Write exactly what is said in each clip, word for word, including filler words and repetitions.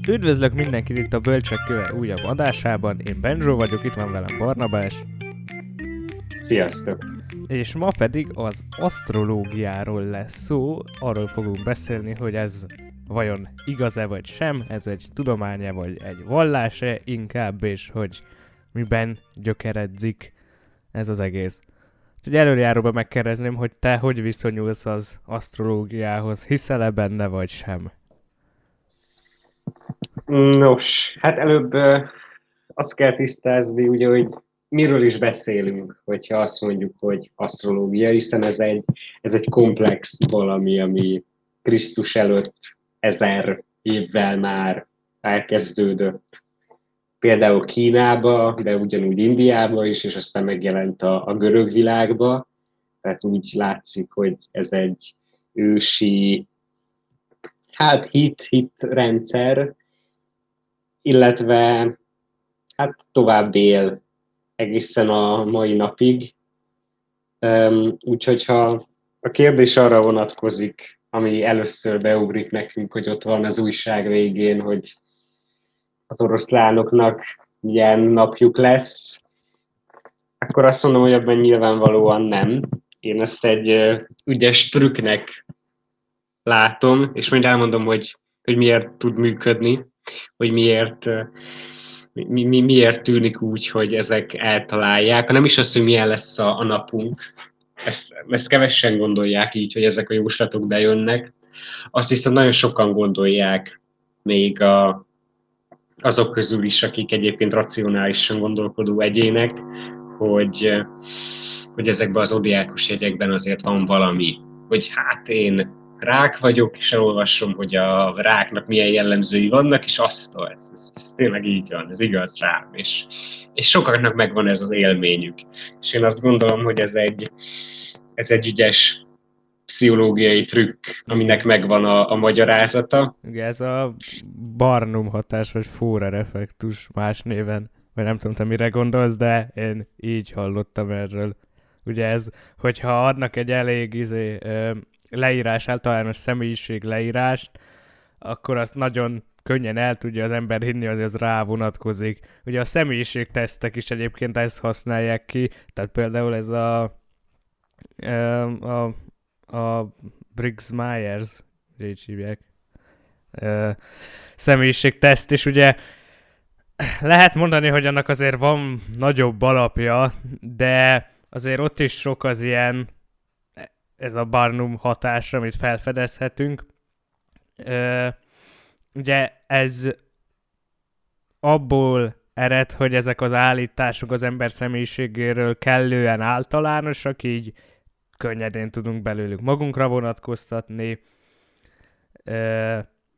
Üdvözlök mindenkit itt a Bölcsek Köve újabb adásában. Én Benjo vagyok, itt van velem Barnabás. Sziasztok! És ma pedig az asztrológiáról lesz szó. Arról fogunk beszélni, hogy ez vajon igaz-e vagy sem, ez egy tudománya vagy egy vallás-e inkább, és hogy miben gyökeredzik ez az egész. Úgyhogy előjáróban megkérdezném, hogy te hogy viszonyulsz az asztrológiához, hiszel-e benne vagy sem? Nos, hát előbb uh, azt kell tisztázni, ugye, hogy miről is beszélünk, hogyha azt mondjuk, hogy asztrológia, hiszen ez egy, ez egy komplex valami, ami Krisztus előtt ezer évvel már elkezdődött. Például Kínába, de ugyanúgy Indiába is, és aztán megjelent a, a görög világba. Tehát úgy látszik, hogy ez egy ősi, hát hit, hit rendszer, illetve hát tovább él egészen a mai napig. Um, úgyhogy ha a kérdés arra vonatkozik, ami először beugrik nekünk, hogy ott van az újság végén, hogy az oroszlánoknak milyen napjuk lesz, akkor azt mondom, hogy ebben nyilvánvalóan nem. Én ezt egy uh, ügyes trükknek látom, és majd elmondom, hogy, hogy miért tud működni, hogy miért, mi, mi, miért tűnik úgy, hogy ezek eltalálják, hanem is azt, hogy milyen lesz a, a napunk. Ezt, ezt kevesen gondolják így, hogy ezek a jóslatok bejönnek. Azt viszont nagyon sokan gondolják, még a, azok közül is, akik egyébként racionálisan gondolkodó egyének, hogy, hogy ezekben az zodiákus jegyekben azért van valami, hogy hát én rák vagyok, és elolvasom, hogy a ráknak milyen jellemzői vannak, és azt, ez, ez, ez tényleg így van, ez igaz rám, és, és sokaknak megvan ez az élményük. És én azt gondolom, hogy ez egy, ez egy ügyes pszichológiai trükk, aminek megvan a, a magyarázata. Ugye ez a Barnum hatás, vagy Forer effektus más néven, vagy nem tudom, te mire gondolsz, de én így hallottam erről. Ugye ez, hogyha adnak egy elég izé, ö, leírás, általános személyiség leírást, akkor azt nagyon könnyen el tudja az ember hinni, hogy az rá vonatkozik. Ugye a személyiségtesztek is egyébként ezt használják ki, tehát például ez a a, a Briggs-Myers, így hívják, személyiségteszt, és ugye lehet mondani, hogy annak azért van nagyobb alapja, de azért ott is sok az ilyen, ez a Barnum hatás, amit felfedezhetünk. Ö, ugye ez abból ered, hogy ezek az állítások az ember személyiségéről kellően általánosak, így könnyedén tudunk belőlük magunkra vonatkoztatni. Ö,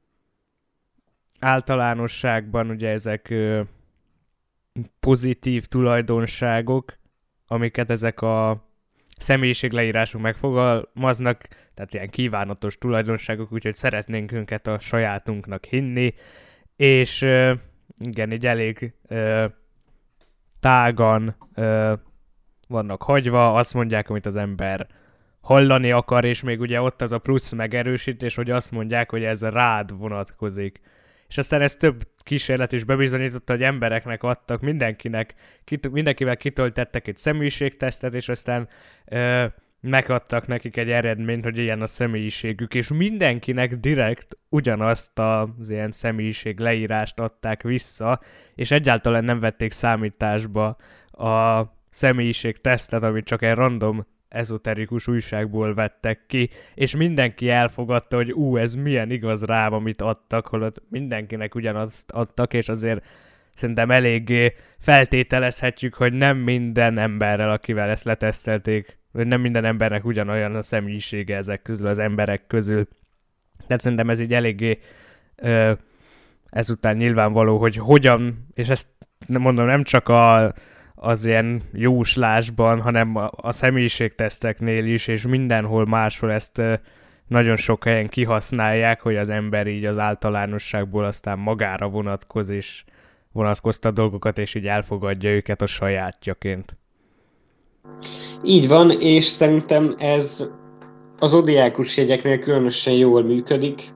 általánosságban ugye ezek ö, pozitív tulajdonságok, amiket ezek a személyiségleírások megfogalmaznak, tehát ilyen kívánatos tulajdonságok, úgyhogy szeretnénk őket a sajátunknak hinni, és euh, igen, így elég euh, tágan euh, vannak hagyva, azt mondják, amit az ember hallani akar, és még ugye ott az a plusz megerősítés, hogy azt mondják, hogy ez rád vonatkozik. És aztán ez több kísérlet is bebizonyította, hogy embereknek adtak, mindenkinek, kit- mindenkivel kitöltettek egy személyiségtesztet, és aztán ö, megadtak nekik egy eredményt, hogy ilyen a személyiségük, és mindenkinek direkt ugyanazt az ilyen személyiség leírást adták vissza, és egyáltalán nem vették számításba a személyiségtesztet, amit csak egy random ezoterikus újságból vettek ki, és mindenki elfogadta, hogy ú, ez milyen igaz rám, amit adtak, holott mindenkinek ugyanazt adtak, és azért szerintem eléggé feltételezhetjük, hogy nem minden emberrel, akivel ezt letesztelték, vagy nem minden embernek ugyanolyan a személyisége ezek közül, az emberek közül. Tehát szerintem ez így eléggé ö, ezután nyilvánvaló, hogy hogyan, és ezt mondom, nem csak a az ilyen jóslásban, hanem a, a személyiségteszteknél is, és mindenhol máshol ezt nagyon sok helyen kihasználják, hogy az ember így az általánosságból aztán magára vonatkoz, és vonatkoztat dolgokat, és így elfogadja őket a sajátjaként. Így van, és szerintem ez az zodiákus jegyeknél különösen jól működik,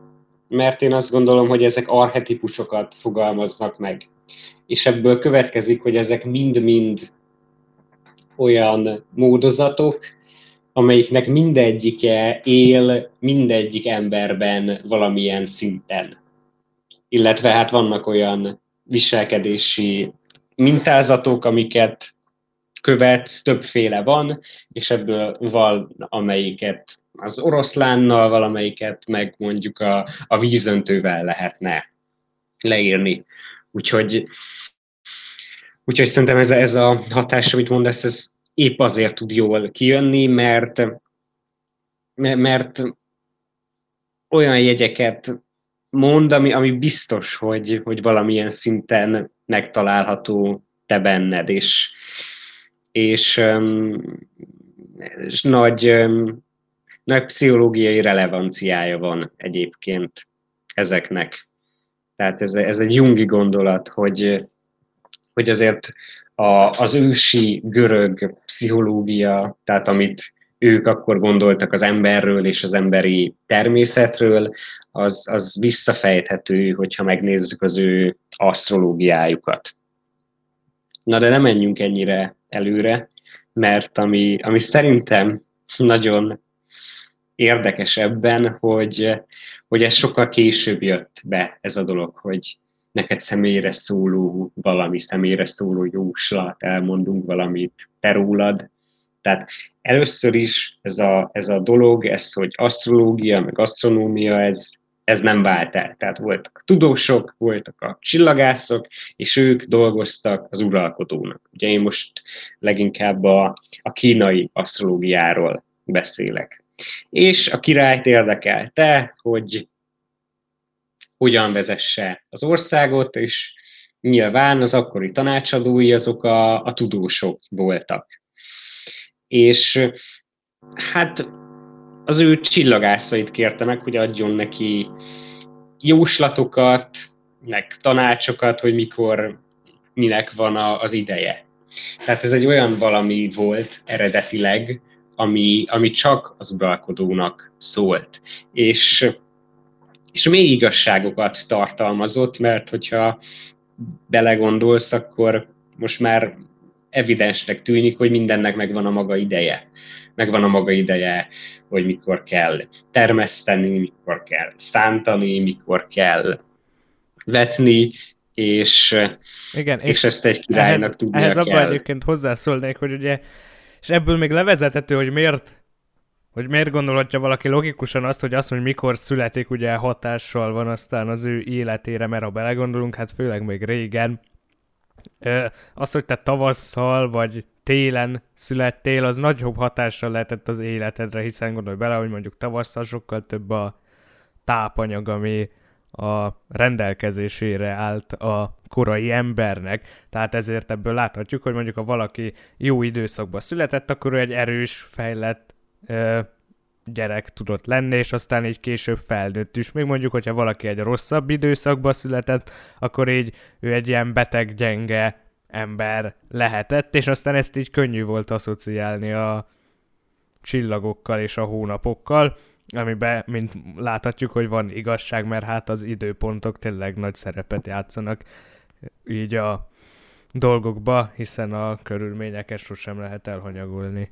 mert én azt gondolom, hogy ezek archetipusokat fogalmaznak meg. És ebből következik, hogy ezek mind-mind olyan módozatok, amelyiknek mindegyike él mindegyik emberben valamilyen szinten. Illetve hát vannak olyan viselkedési mintázatok, amiket követsz, többféle van, és ebből van, amelyiket az oroszlánnal, valamelyiket meg mondjuk a, a vízöntővel lehetne leírni. Úgyhogy, úgyhogy szerintem ez, ez a hatás, amit mondasz, ez épp azért tud jól kijönni, mert, mert olyan jegyeket mond, ami, ami biztos, hogy, hogy valamilyen szinten megtalálható te benned, és, és, és nagy, nagy pszichológiai relevanciája van egyébként ezeknek. Tehát ez, ez egy jungi gondolat, hogy, hogy azért a, az ősi görög pszichológia, tehát amit ők akkor gondoltak az emberről és az emberi természetről, az, az visszafejthető, hogyha megnézzük az ő asztrológiájukat. Na de nem menjünk ennyire előre, mert ami, ami szerintem nagyon érdekes ebben, hogy, hogy ez sokkal később jött be ez a dolog, hogy neked személyre szóló valami, személyre szóló jóslat, elmondunk valamit te rólad. Tehát először is ez a, ez a dolog, ez, hogy asztrológia, meg asztronómia, ez, ez nem vált el. Tehát voltak a tudósok, voltak a csillagászok, és ők dolgoztak az uralkodónak. Ugye én most leginkább a, a kínai asztrológiáról beszélek. És a királyt érdekelte, hogy hogyan vezesse az országot, és nyilván az akkori tanácsadói azok a, a tudósok voltak. És hát az ő csillagászait kérte meg, hogy adjon neki jóslatokat, meg tanácsokat, hogy mikor, minek van a, az ideje. Tehát ez egy olyan valami volt eredetileg, ami, ami csak az uralkodónak szólt. És, és még igazságokat tartalmazott, mert hogyha belegondolsz, akkor most már evidensnek tűnik, hogy mindennek megvan a maga ideje. Megvan a maga ideje, hogy mikor kell termeszteni, mikor kell szántani, mikor kell vetni, és, Igen, és, és ezt egy királynak ehhez, tudnia ehhez kell. abban egyébként hozzászólnék, hogy ugye, és ebből még levezethető, hogy miért, hogy miért gondolhatja valaki logikusan azt, hogy azt, hogy mikor születik, ugye hatással van aztán az ő életére, mert ha belegondolunk, hát főleg még régen, az, hogy te tavasszal vagy télen születtél, az nagyobb hatással lehetett az életedre, hiszen gondolj bele, hogy mondjuk tavasszal sokkal több a tápanyag, ami a rendelkezésére állt a korai embernek, tehát ezért ebből láthatjuk, hogy mondjuk ha valaki jó időszakban született, akkor ő egy erős, fejlett ö, gyerek tudott lenni, és aztán így később felnőtt is. Még mondjuk, hogyha valaki egy rosszabb időszakban született, akkor így ő egy ilyen beteg, gyenge ember lehetett, és aztán ezt így könnyű volt asszociálni a csillagokkal és a hónapokkal, amiben, mint láthatjuk, hogy van igazság, mert hát az időpontok tényleg nagy szerepet játszanak így a dolgokba, hiszen a körülményeket sosem lehet elhanyagolni.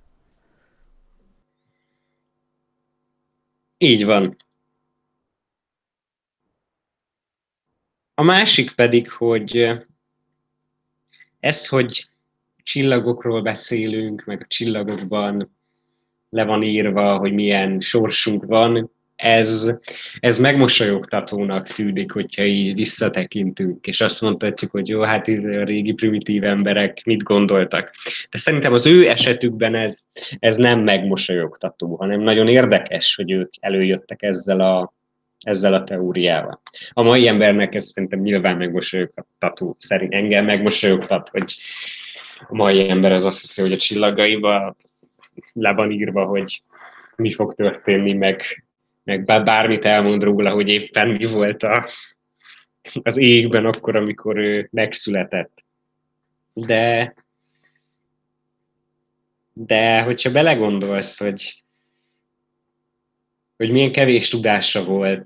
Így van. A másik pedig, hogy ez, hogy csillagokról beszélünk, meg a csillagokban le van írva, hogy milyen sorsunk van, ez, ez megmosolyogtatónak tűnik, hogyha így visszatekintünk, és azt mondhatjuk, hogy jó, hát ez a régi primitív emberek mit gondoltak. De szerintem az ő esetükben ez, ez nem megmosolyogtató, hanem nagyon érdekes, hogy ők előjöttek ezzel a, ezzel a teóriával. A mai embernek ez szerintem nyilván megmosolyogtató, szerint engem megmosolyogtat, hogy a mai ember az azt hiszi, hogy a csillagaiba le van írva, hogy mi fog történni, meg, meg bármit elmond róla, hogy éppen mi volt a, az égben akkor, amikor ő megszületett. De, de hogyha belegondolsz, hogy, hogy milyen kevés tudása volt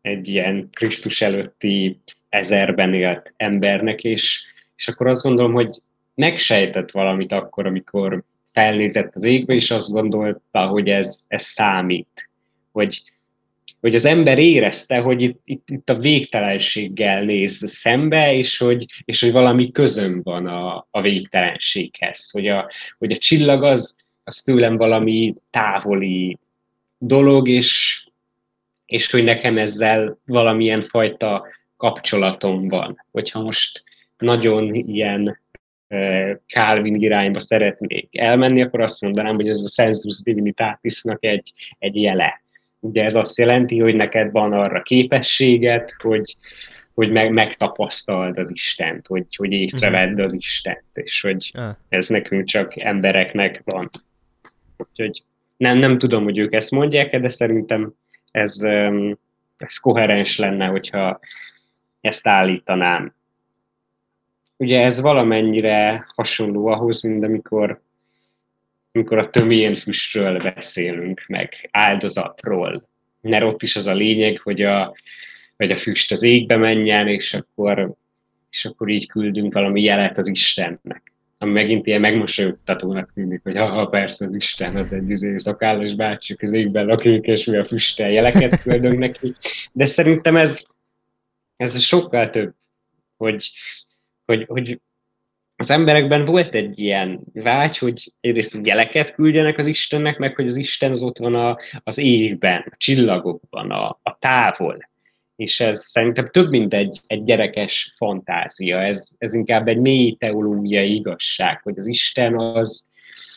egy ilyen Krisztus előtti ezerben élt embernek, és, és akkor azt gondolom, hogy megsejtett valamit akkor, amikor felnézett az égbe, és azt gondolta, hogy ez, ez számít. Hogy, hogy az ember érezte, hogy itt, itt, itt a végtelenséggel néz szembe, és hogy, és hogy valami közöm van a, a végtelenséghez. Hogy a, hogy a csillag az, az tőlem valami távoli dolog, és, és hogy nekem ezzel valamilyen fajta kapcsolatom van. Hogyha most nagyon ilyen Calvin irányba szeretnék elmenni, akkor azt mondanám, hogy ez a sensus divinitatisnak egy, egy jele. Ugye ez azt jelenti, hogy neked van arra képességed, hogy, hogy meg, megtapasztald az Istent, hogy, hogy észrevedd az Istent, és hogy ez nekünk csak embereknek van. Úgyhogy nem, nem tudom, hogy ők ezt mondják, de szerintem ez, ez koherens lenne, hogyha ezt állítanám. Ugye ez valamennyire hasonló ahhoz, mint amikor, amikor a tömén füstről beszélünk, meg áldozatról. Mert ott is az a lényeg, hogy a, hogy a füst az égbe menjen, és akkor, és akkor így küldünk valami jelet az Istennek. Ami megint ilyen megmosolyogtatónak tűnik, hogy ha persze az Isten az egy izé szakállas bácsi, az égben lakik, és mi a füsttel jeleket küldünk neki. De szerintem ez, ez sokkal több, hogy Hogy, hogy az emberekben volt egy ilyen vágy, hogy egyrészt jeleket küldjenek az Istennek, meg hogy az Isten az ott van a, az égben, a csillagokban, a, a távol. És ez szerintem több, mint egy, egy gyerekes fantázia. Ez, ez inkább egy mély teológiai igazság, hogy az Isten az,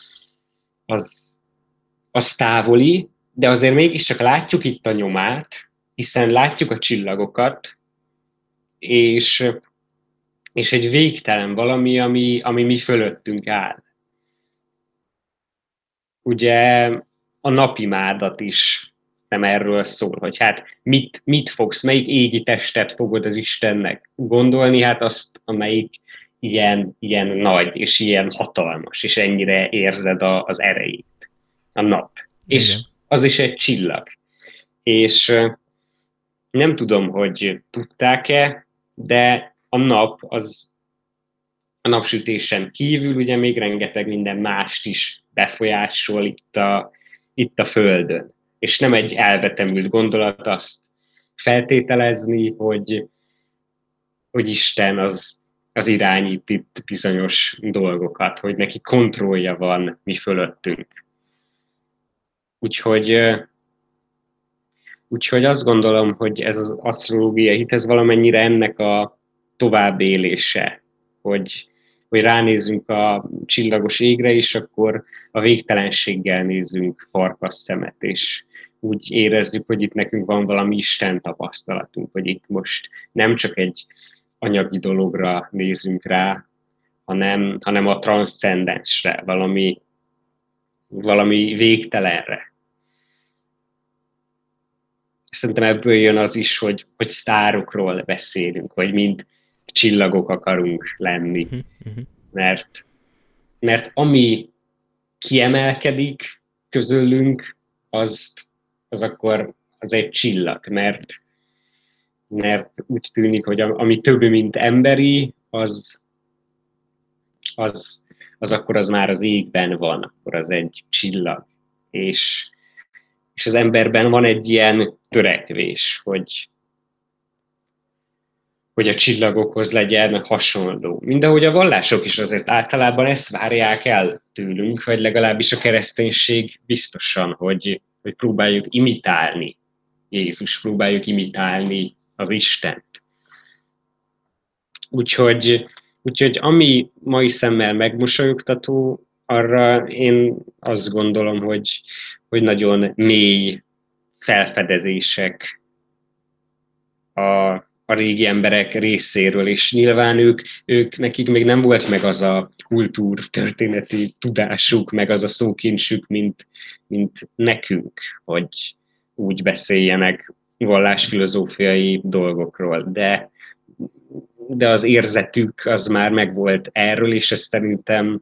az, az távoli, de azért mégiscsak látjuk itt a nyomát, hiszen látjuk a csillagokat, és és egy végtelen valami, ami, ami mi fölöttünk áll. Ugye a napimádat is nem erről szól, hogy hát mit, mit fogsz, melyik égi testet fogod az Istennek gondolni, hát azt, amelyik ilyen, ilyen nagy, és ilyen hatalmas, és ennyire érzed a, az erejét, a nap. Igen. És az is egy csillag. És nem tudom, hogy tudták-e, de a nap az a napsütésen kívül ugye még rengeteg minden mást is befolyásol itt a, itt a Földön. És nem egy elvetemült gondolat azt feltételezni, hogy, hogy Isten az, az irányít itt bizonyos dolgokat, hogy neki kontrollja van mi fölöttünk. Úgyhogy, úgyhogy azt gondolom, hogy ez az asztrológiai hit, ez valamennyire ennek a továbbélése, hogy, hogy ránézzünk a csillagos égre, és akkor a végtelenséggel nézzünk farkas szemet, és úgy érezzük, hogy itt nekünk van valami Isten tapasztalatunk, hogy itt most nem csak egy anyagi dologra nézünk rá, hanem, hanem a transzcendensre, valami, valami végtelenre. Szerintem ebből jön az is, hogy, hogy sztárokról beszélünk, hogy mind csillagok akarunk lenni. Mert, mert ami kiemelkedik közülünk, az, az akkor az egy csillag, mert, mert úgy tűnik, hogy ami több, mint emberi, az, az, az akkor az már az égben van, akkor az egy csillag. És, és az emberben van egy ilyen törekvés, hogy, hogy a csillagokhoz legyen hasonló. Mindahogy a vallások is azért általában ezt várják el tőlünk, vagy legalábbis a kereszténység biztosan, hogy, hogy próbáljuk imitálni Jézus, próbáljuk imitálni az Istent. Úgyhogy, úgyhogy ami mai szemmel megmosolyogtató, arra én azt gondolom, hogy, hogy nagyon mély felfedezések a, a régi emberek részéről, és nyilván ők, ők, nekik még nem volt meg az a kultúrtörténeti tudásuk, meg az a szókincsük, mint, mint nekünk, hogy úgy beszéljenek vallásfilozófiai dolgokról, de, de az érzetük az már megvolt erről, és ez szerintem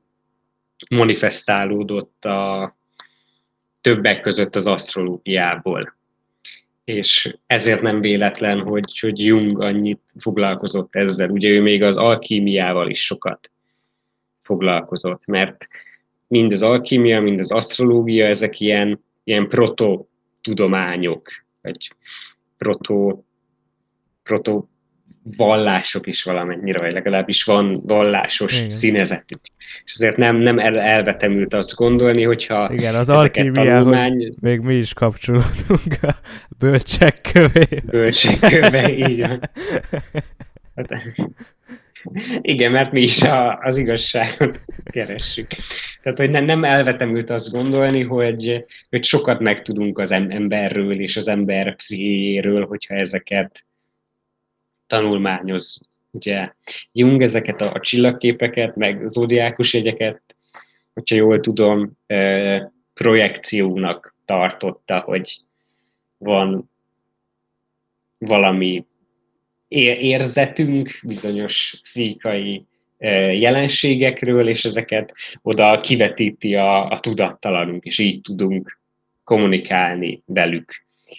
manifestálódott a többek között az asztrológiából. és ezért nem véletlen, hogy, hogy Jung annyit foglalkozott ezzel. Ugye ő még az alkímiával is sokat foglalkozott, mert mind az alkímia, mind az asztrológia, ezek ilyen, ilyen proto-tudományok, vagy proto, proto vallások is valamennyire, vagy legalábbis van vallásos Igen. színezetük. És azért nem, nem el, elvetemült azt gondolni, hogyha Igen, az ezeket alkímiához tanulmány... még mi is kapcsolódunk a bölcsek kövével. Bölcsek köve, így van. Hát, igen, mert mi is a, az igazságot keressük. Tehát, hogy nem, nem elvetemült azt gondolni, hogy, hogy sokat megtudunk az emberről és az ember pszichéjéről, hogyha ezeket tanulmányoz. Ugye Jung ezeket a, a csillagképeket, meg zodiákus jegyeket, hogyha jól tudom, projekciónak tartotta, hogy van valami érzetünk bizonyos pszichai jelenségekről, és ezeket oda kivetíti a, a tudattalanunk, és így tudunk kommunikálni velük.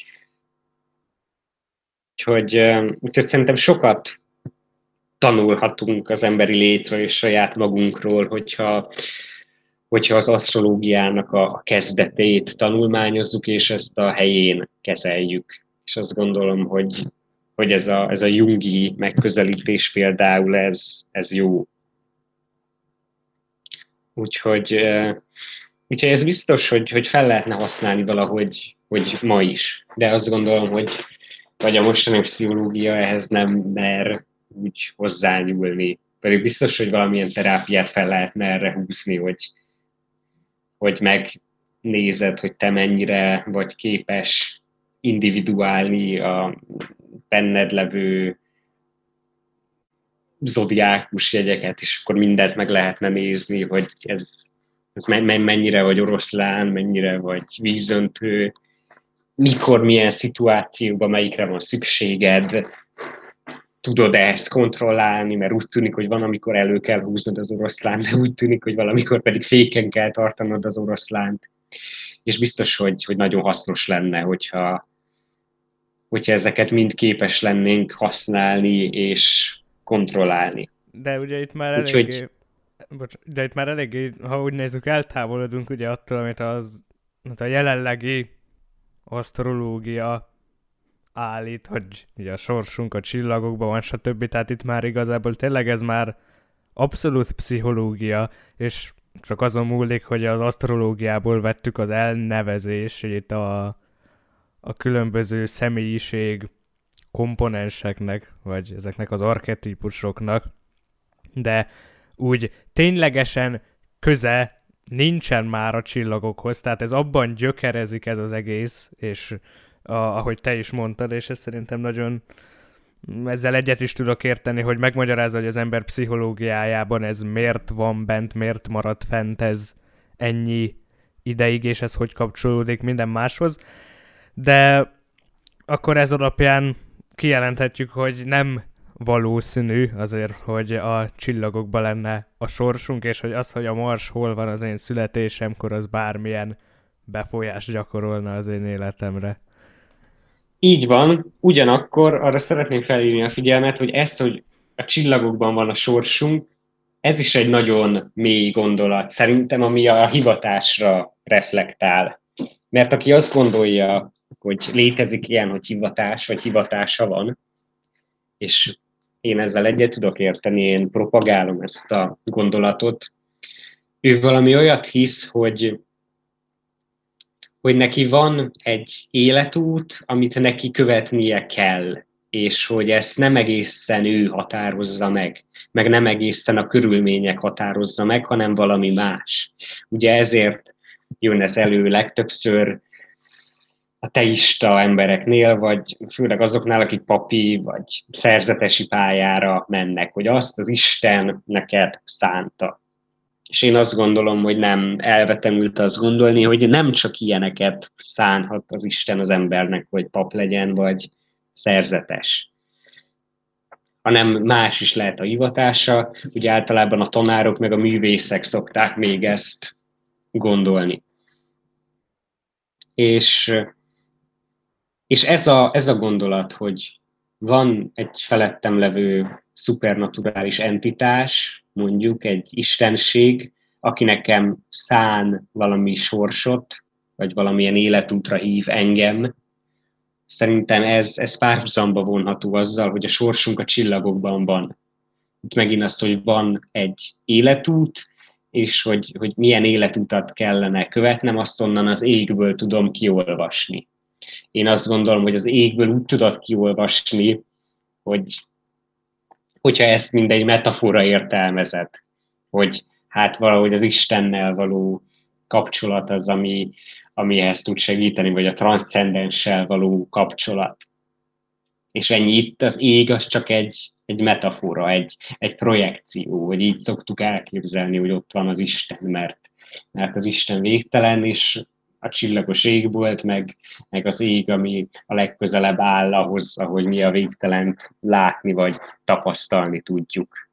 Úgyhogy, úgyhogy szerintem sokat tanulhatunk az emberi létről és saját magunkról, hogyha, hogyha az asztrológiának a kezdetét tanulmányozzuk, és ezt a helyén kezeljük. És azt gondolom, hogy, hogy ez, a, ez a jungi megközelítés például ez, ez jó. Úgyhogy, úgyhogy ez biztos, hogy, hogy fel lehetne használni valahogy, hogy ma is. De azt gondolom, hogy vagy a mostani pszichológia ehhez nem mer úgy hozzányúlni. Pedig biztos, hogy valamilyen terápiát fel lehetne erre húzni, hogy, hogy megnézed, hogy te mennyire vagy képes individuálni a benned levő zodiákus jegyeket, és akkor mindent meg lehetne nézni, hogy ez, ez mennyire vagy oroszlán, mennyire vagy vízöntő, mikor, milyen szituációban, melyikre van szükséged, tudod ezt kontrollálni, mert úgy tűnik, hogy van, amikor elő kell húznod az oroszlánt, de úgy tűnik, hogy valamikor pedig féken kell tartanod az oroszlánt. És biztos, hogy, hogy nagyon hasznos lenne, hogyha, hogyha ezeket mind képes lennénk használni és kontrollálni. De ugye itt már eléggé, Úgyhogy... bocs, de itt már eléggé, ha úgy nézzük, eltávolodunk ugye attól, amit az, a jelenlegi asztrológia állít, hogy ugye a sorsunk a csillagokban van, stb. Tehát itt már igazából tényleg ez már abszolút pszichológia, és csak azon múlik, hogy az asztrológiából vettük az elnevezését a, a különböző személyiség komponenseknek, vagy ezeknek az archetípusoknak, de úgy ténylegesen köze nincsen már a csillagokhoz, tehát ez abban gyökerezik ez az egész, és a, ahogy te is mondtad, és ez szerintem nagyon ezzel egyet is tudok érteni, hogy megmagyarázza, hogy az ember pszichológiájában ez miért van bent, miért maradt fent ez ennyi ideig, és ez hogy kapcsolódik minden máshoz. De akkor ez alapján kijelenthetjük, hogy nem valószínű azért, hogy a csillagokban lenne a sorsunk, és hogy az, hogy a Mars hol van az én születésemkor, az bármilyen befolyást gyakorolna az én életemre. Így van, ugyanakkor arra szeretném felhívni a figyelmet, hogy ezt, hogy a csillagokban van a sorsunk, ez is egy nagyon mély gondolat, szerintem, ami a hivatásra reflektál. Mert aki azt gondolja, hogy létezik ilyen, hogy hivatás, vagy hivatása van, és én ezzel egyet tudok érteni, én propagálom ezt a gondolatot, ő valami olyat hisz, hogy hogy neki van egy életút, amit neki követnie kell, és hogy ezt nem egészen ő határozza meg, meg nem egészen a körülmények határozza meg, hanem valami más. Ugye ezért jön ez elő legtöbbször a teista embereknél, vagy főleg azoknál, akik papi vagy szerzetesi pályára mennek, hogy azt az Isten neked szánta. És én azt gondolom, hogy nem elvetemült azt gondolni, hogy nem csak ilyeneket szánhat az Isten az embernek, hogy pap legyen, vagy szerzetes, hanem más is lehet a hivatása. Ugye általában a tanárok meg a művészek szokták még ezt gondolni. És és ez a, ez a gondolat, hogy van egy felettem levő szupernaturális entitás, mondjuk egy istenség, aki nekem szán valami sorsot, vagy valamilyen életútra hív engem. Szerintem ez, ez párhuzamba vonható azzal, hogy a sorsunk a csillagokban van. Itt megint az, hogy van egy életút, és hogy, hogy milyen életutat kellene követnem, azt onnan az égből tudom kiolvasni. Én azt gondolom, hogy az égből úgy tudod kiolvasni, hogy hogyha ezt mindegy metafora értelmezed, hogy hát valahogy az Istennel való kapcsolat az, ami, ami ezt tud segíteni, vagy a transzcendenssel való kapcsolat. És ennyi, itt az ég az csak egy, egy metafora, egy, egy projekció, hogy így szoktuk elképzelni, hogy ott van az Isten, mert, mert az Isten végtelen, és a csillagos égbolt, meg, meg az ég, ami a legközelebb áll ahhoz, ahogy mi a végtelent látni, vagy tapasztalni tudjuk.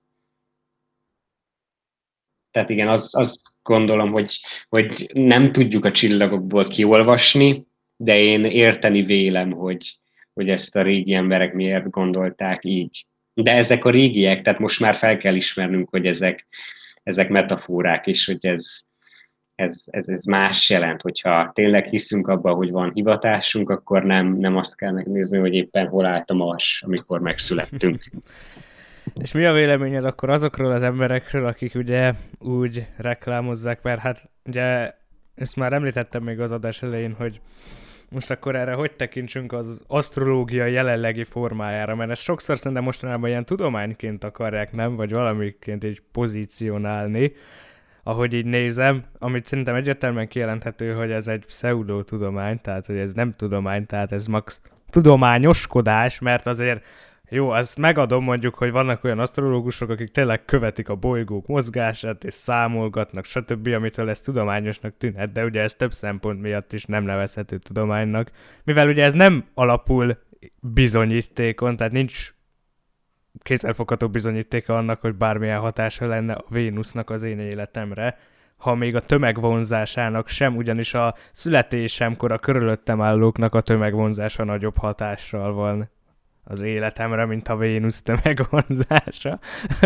Tehát igen, azt az gondolom, hogy, hogy nem tudjuk a csillagokból kiolvasni, de én érteni vélem, hogy, hogy ezt a régi emberek miért gondolták így. De ezek a régiek, tehát most már fel kell ismernünk, hogy ezek, ezek metaforák, és hogy ez, ez, ez, ez más jelent. Hogyha tényleg hiszünk abban, hogy van hivatásunk, akkor nem, nem azt kell megnézni, hogy éppen hol állt a Mars, amikor megszülettünk. És mi a véleményed akkor azokról az emberekről, akik ugye úgy reklámozzák, mert hát ugye ezt már említettem még az adás elején, hogy most akkor erre hogy tekintsünk az asztrológia jelenlegi formájára, mert ezt sokszor szerintem mostanában ilyen tudományként akarják, nem? Vagy valamiként így pozícionálni, ahogy így nézem, amit szerintem egyértelműen kijelenthető, hogy ez egy pseudotudomány, tehát hogy ez nem tudomány, tehát ez max tudományoskodás, mert azért jó, azt megadom mondjuk, hogy vannak olyan asztrológusok, akik tényleg követik a bolygók mozgását, és számolgatnak, stb., amitől ez tudományosnak tűnhet, de ugye ez több szempont miatt is nem nevezhető tudománynak, mivel ugye ez nem alapul bizonyítékon, tehát nincs kézzelfogható bizonyítéka annak, hogy bármilyen hatása lenne a Vénusznak az én életemre, ha még a tömegvonzásának sem, ugyanis a születésemkor a körülöttem állóknak a tömegvonzása nagyobb hatással van az életemre, mint a Vénusz tömegvonzása.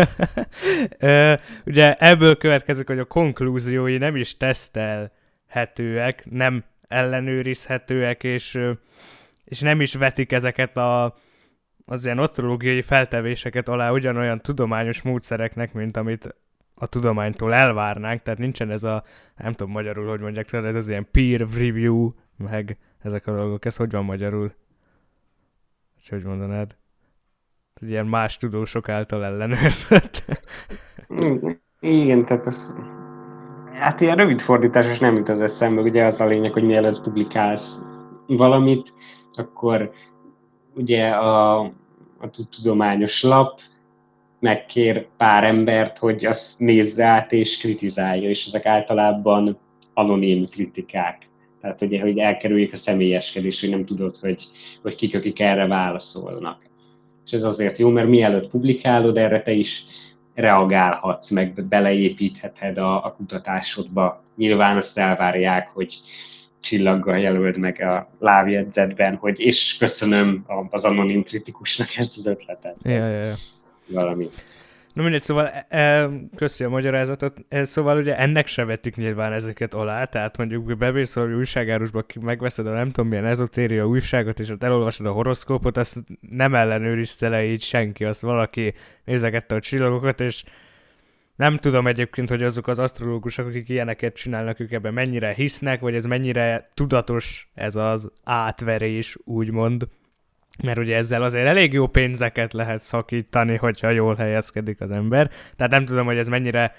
Ugye ebből következik, hogy a konklúziói nem is tesztelhetőek, nem ellenőrizhetőek, és, és nem is vetik ezeket a, az ilyen asztrológiai feltevéseket alá ugyanolyan tudományos módszereknek, mint amit a tudománytól elvárnánk, tehát nincsen ez a, nem tudom magyarul, hogy mondják, ez az ilyen peer review, meg ezek a dolgok, ez hogy van magyarul? És hogy mondanád? Hogy ilyen más tudósok által ellenőrzött. Igen, tehát ez... Hát ilyen rövid fordításos nem jut az eszembe, ugye az a lényeg, hogy mielőtt publikálsz valamit, akkor ugye a, a tudományos lap megkér pár embert, hogy azt nézze át és kritizálja, és ezek általában anonim kritikák. Tehát ugye, hogy elkerüljék a személyeskedés, hogy nem tudod, hogy, hogy kik, akik erre válaszolnak. És ez azért jó, mert mielőtt publikálod, erre te is reagálhatsz, meg beleépítheted a, a kutatásodba. Nyilván azt elvárják, hogy csillaggal jelöld meg a lábjegyzetben, hogy és köszönöm az anonim kritikusnak ezt az ötletet. Ja, ja, ja. Valami. Na mindegy, szóval e, köszi a magyarázatot, e, szóval ugye ennek se vetik nyilván ezeket alá, tehát mondjuk bevész a újságárusba, megveszed a nem tudom milyen ezotéria újságot, és ott elolvasod a horoszkópot, azt nem ellenőrizte le így senki, azt valaki nézegette a csillagokat, és nem tudom egyébként, hogy azok az asztrológusok, akik ilyeneket csinálnak, ők ebben mennyire hisznek, vagy ez mennyire tudatos ez az átverés, úgymond. Mert ugye ezzel azért elég jó pénzeket lehet szakítani, hogyha jól helyezkedik az ember. Tehát nem tudom, hogy ez mennyire,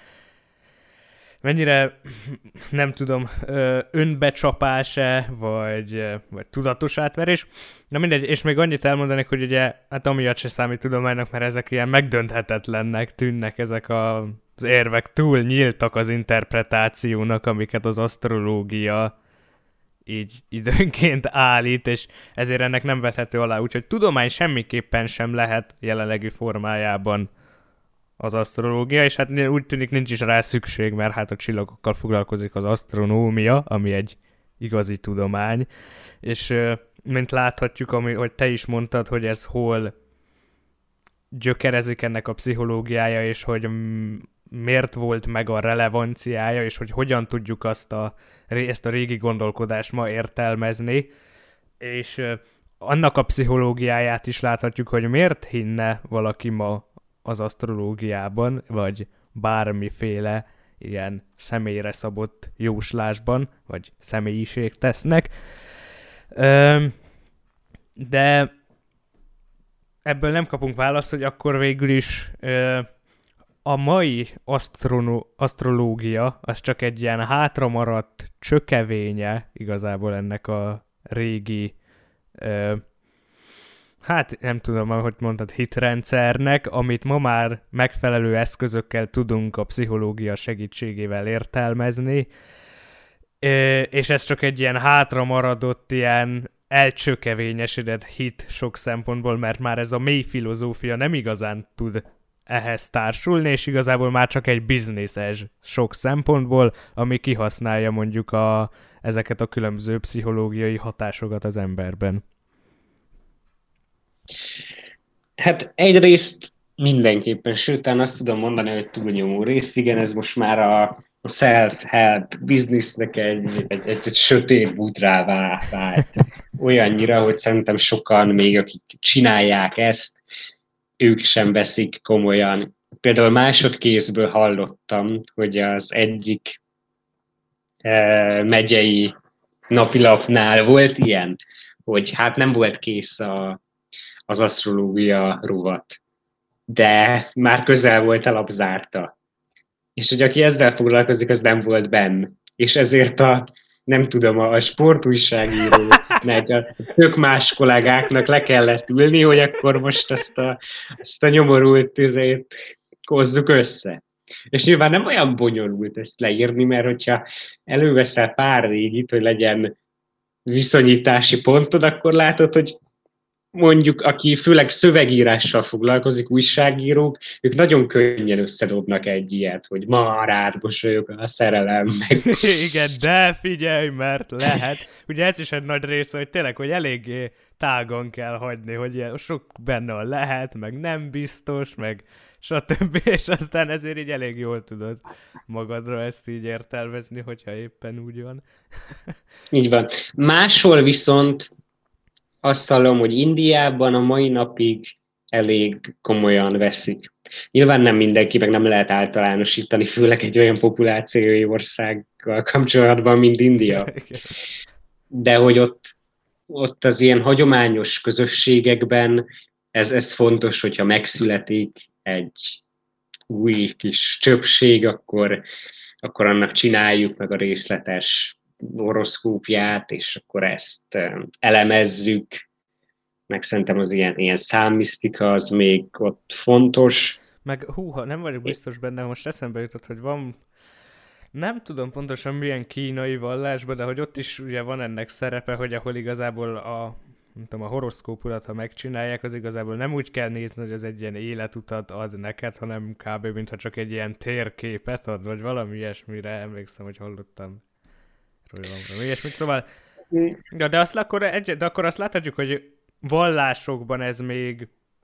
mennyire nem tudom, önbecsapás-e, vagy, vagy tudatos átverés. Na mindegy, és még annyit elmondanék, hogy ugye, hát amiatt se számít tudománynak, mert ezek ilyen megdönthetetlennek tűnnek, ezek a, az érvek túl nyíltak az interpretációnak, amiket az asztrológia így időnként állít, és ezért ennek nem vethető alá. Úgyhogy tudomány semmiképpen sem lehet jelenlegi formájában az asztrológia, és hát úgy tűnik nincs is rá szükség, mert hát a csillagokkal foglalkozik az asztronómia, ami egy igazi tudomány, és mint láthatjuk, ami, hogy te is mondtad, hogy ez hol gyökerezik ennek a pszichológiája, és hogy miért volt meg a relevanciája, és hogy hogyan tudjuk azt a, ezt a régi gondolkodást ma értelmezni, és annak a pszichológiáját is láthatjuk, hogy miért hinne valaki ma az asztrológiában, vagy bármiféle ilyen személyre szabott jóslásban, vagy személyiségtesznek. De ebből nem kapunk választ, hogy akkor végül is a mai asztrono- asztrológia az csak egy ilyen hátramaradt csökevénye igazából ennek a régi, ö, hát nem tudom, ahogy mondtad, hitrendszernek, amit ma már megfelelő eszközökkel tudunk a pszichológia segítségével értelmezni, ö, és ez csak egy ilyen hátramaradott, ilyen elcsökevényesedett hit sok szempontból, mert már ez a mély filozófia nem igazán tud ehhez társulni, és igazából már csak egy bizniszes sok szempontból, ami kihasználja mondjuk a, ezeket a különböző pszichológiai hatásokat az emberben. Hát egyrészt mindenképpen, sőt, azt tudom mondani, hogy túlnyomó részt, igen, ez most már a, a self-help biznisznek egy, egy, egy, egy sötét búdrává vált. Olyannyira, hogy szerintem sokan még, akik csinálják ezt, ők sem veszik komolyan. Például másodkézből hallottam, hogy az egyik e, megyei napilapnál volt ilyen, hogy hát nem volt kész a, az asztrológia rovat, de már közel volt elapzárta. És hogy aki ezzel foglalkozik, az nem volt benn. És ezért a, nem tudom, a, a sportújságíró, meg a tök más kollégáknak le kellett ülni, hogy akkor most ezt a, ezt a nyomorult tüzét hozzuk össze. És nyilván nem olyan bonyolult ezt leírni, mert hogyha előveszel pár régit, hogy legyen viszonyítási pontod, akkor látod, hogy mondjuk, aki főleg szövegírással foglalkozik, újságírók, ők nagyon könnyen összedobnak egy ilyet, hogy ma rád mosolyog a szerelem. Meg... Igen, de figyelj, mert lehet. Ugye ez is egy nagy része, hogy tényleg, hogy eléggé tágon kell hagyni, hogy sok benne a lehet, meg nem biztos, meg stb. És aztán ezért így elég jól tudod magadra ezt így értelmezni, hogyha éppen úgy van. Így van. Máshol viszont azt hallom, hogy Indiában a mai napig elég komolyan veszik. Nyilván nem mindenki, meg nem lehet általánosítani, főleg egy olyan populációi országgal kapcsolatban, mint India. De hogy ott, ott az ilyen hagyományos közösségekben ez, ez fontos, hogyha megszületik egy új kis csöpség, akkor, akkor annak csináljuk meg a részletes horoszkópját, és akkor ezt elemezzük, meg szerintem az ilyen, ilyen számmisztika az még ott fontos. Meg húha, nem vagyok biztos benne, most eszembe jutott, hogy van, nem tudom pontosan milyen kínai vallásban, de hogy ott is ugye van ennek szerepe, hogy ahol igazából a, nem tudom, a horoszkópulat, ha megcsinálják, az igazából nem úgy kell nézni, hogy ez egy ilyen életutat ad neked, hanem kb. Mintha csak egy ilyen térképet ad, vagy valami ilyesmire, emlékszem, hogy hallottam. Ilyesmit, szóval, ja, de, azt akkor, egy, de akkor azt láthatjuk, hogy vallásokban ez még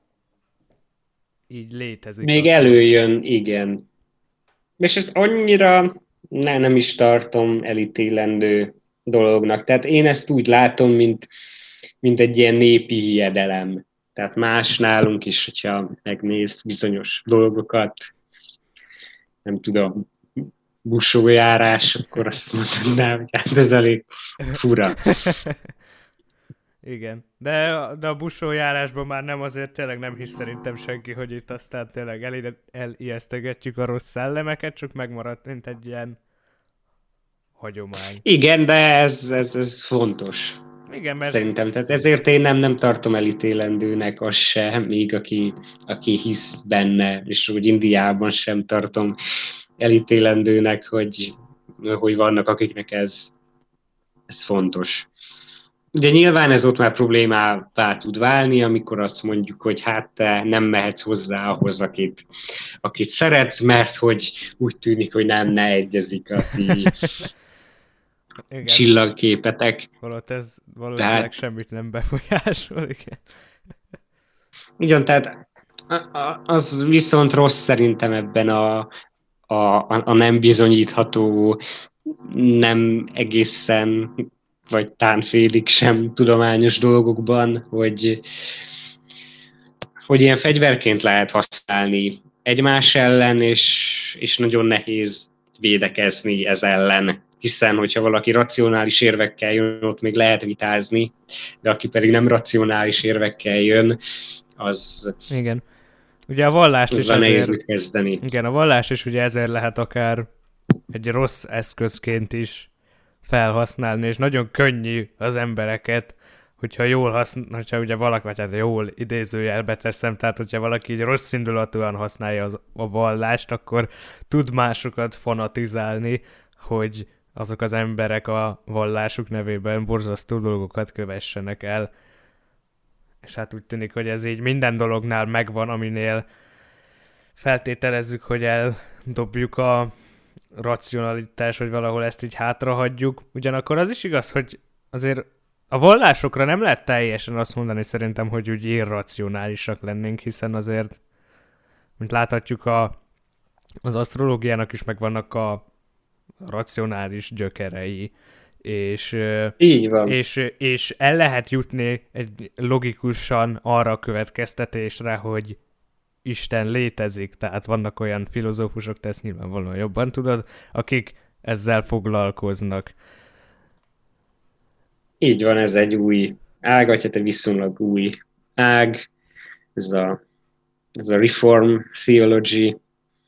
így létezik. Még akkor. Előjön, igen. És ezt annyira ne, nem is tartom elítélendő dolognak. Tehát én ezt úgy látom, mint, mint egy ilyen népi hiedelem. Tehát más nálunk is, hogyha megnéz bizonyos dolgokat, nem tudom, busójárás, akkor azt mondanám, hogy hát ez elég fura. Igen, de, de a busójárásban már nem, azért tényleg nem hisz szerintem senki, hogy itt aztán tényleg el, elijesztegetjük a rossz szellemeket, csak megmaradt, mint egy ilyen hagyomány. Igen, de ez, ez, ez fontos. Igen, mert szerintem, tehát ezért én nem, nem tartom elítélendőnek azt sem, még aki, aki hisz benne, és úgy Indiában sem tartom elítélendőnek, hogy, hogy vannak, akiknek ez, ez fontos. Ugye nyilván ez ott már problémává tud válni, amikor azt mondjuk, hogy hát te nem mehetsz hozzá ahhoz, akit, akit szeretsz, mert hogy úgy tűnik, hogy nem ne egyezik a ti, Igen. csillagképetek. Holott ez valószínűleg tehát... semmit nem befolyásol, igen. Igen, tehát az viszont rossz szerintem ebben a, a, a nem bizonyítható, nem egészen, vagy tán félig sem tudományos dolgokban, hogy, hogy ilyen fegyverként lehet használni egymás ellen, és, és nagyon nehéz védekezni ez ellen. Hiszen, hogyha valaki racionális érvekkel jön, ott még lehet vitázni, de aki pedig nem racionális érvekkel jön, az... Igen. Ugye a vallást is ezért... kezdeni. Igen, a vallás is ugye ezért lehet akár egy rossz eszközként is felhasználni, és nagyon könnyű az embereket, hogyha jól használ, hogyha ugye valaki, vagy hát jól idézőjelbe teszem, tehát hogyha valaki így rossz indulatúan használja az, a vallást, akkor tud másokat fanatizálni, hogy azok az emberek a vallásuk nevében borzasztó dolgokat kövessenek el. És hát úgy tűnik, hogy ez így minden dolognál megvan, aminél feltételezzük, hogy eldobjuk a racionalitás, hogy valahol ezt így hátrahagyjuk. Ugyanakkor az is igaz, hogy azért a vallásokra nem lehet teljesen azt mondani szerintem, hogy úgy irracionálisak lennénk, hiszen azért, mint láthatjuk, a, az asztrológiának is megvannak a racionális gyökerei, és, így van. És, és el lehet jutni egy logikusan arra a következtetésre, hogy Isten létezik, tehát vannak olyan filozófusok, te ezt nyilvánvalóan jobban tudod, akik ezzel foglalkoznak. Így van, ez egy új ág, vagy hát egy viszonylag új ág, ez a, ez a Reform Theology,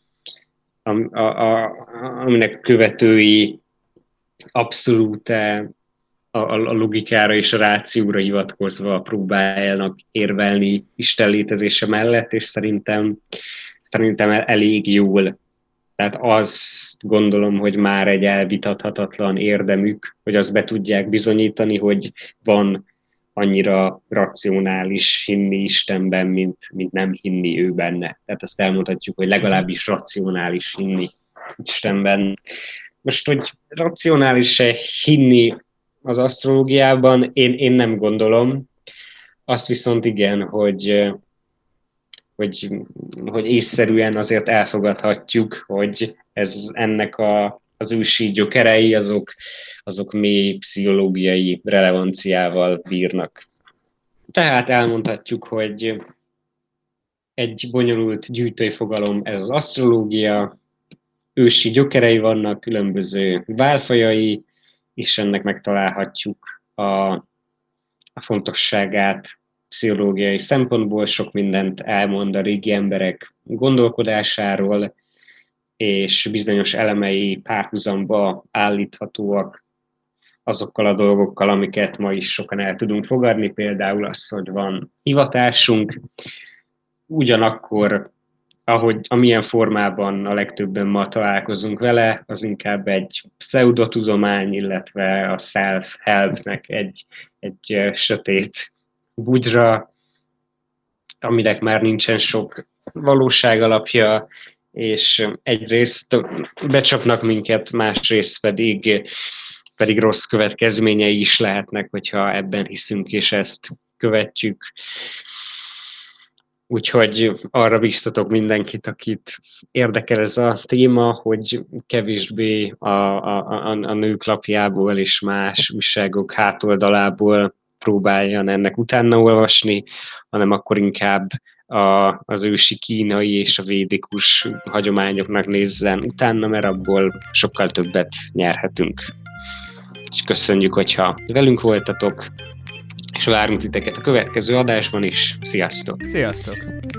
am, a, a, aminek követői abszolút a, a logikára és a rációra hivatkozva próbálnak érvelni Isten létezése mellett, és szerintem, szerintem elég jól. Tehát azt gondolom, hogy már egy elvitathatatlan érdemük, hogy azt be tudják bizonyítani, hogy van annyira racionális hinni Istenben, mint, mint nem hinni ő benne. Tehát azt elmondhatjuk, hogy legalábbis racionális hinni Istenben. Most, hogy racionális-e hinni az asztrológiában, én, én nem gondolom. Azt viszont igen, hogy, hogy, hogy észszerűen azért elfogadhatjuk, hogy ez ennek a, az ősi gyökerei, azok, azok mély pszichológiai relevanciával bírnak. Tehát elmondhatjuk, hogy egy bonyolult gyűjtői fogalom ez az asztrológia, ősi gyökerei vannak, különböző válfajai, és ennek megtalálhatjuk a, a fontosságát pszichológiai szempontból, sok mindent elmond a régi emberek gondolkodásáról, és bizonyos elemei párhuzamba állíthatóak azokkal a dolgokkal, amiket ma is sokan el tudunk fogadni, például az, hogy van hivatásunk, ugyanakkor ahogy amilyen formában a legtöbben ma találkozunk vele, az inkább egy pseudotudomány, illetve a self-helpnek egy, egy sötét bugyra, aminek már nincsen sok valóság alapja, és egyrészt becsapnak minket, másrészt pedig, pedig rossz következményei is lehetnek, hogyha ebben hiszünk és ezt követjük. Úgyhogy arra biztatok mindenkit, akit érdekel ez a téma, hogy kevésbé a, a, a, a nők lapjából és más újságok hátoldalából próbáljan ennek utána olvasni, hanem akkor inkább a, az ősi kínai és a védikus hagyományoknak nézzen utána, mert abból sokkal többet nyerhetünk. És köszönjük, hogyha velünk voltatok, és várunk titeket a következő adásban is. Sziasztok! Sziasztok!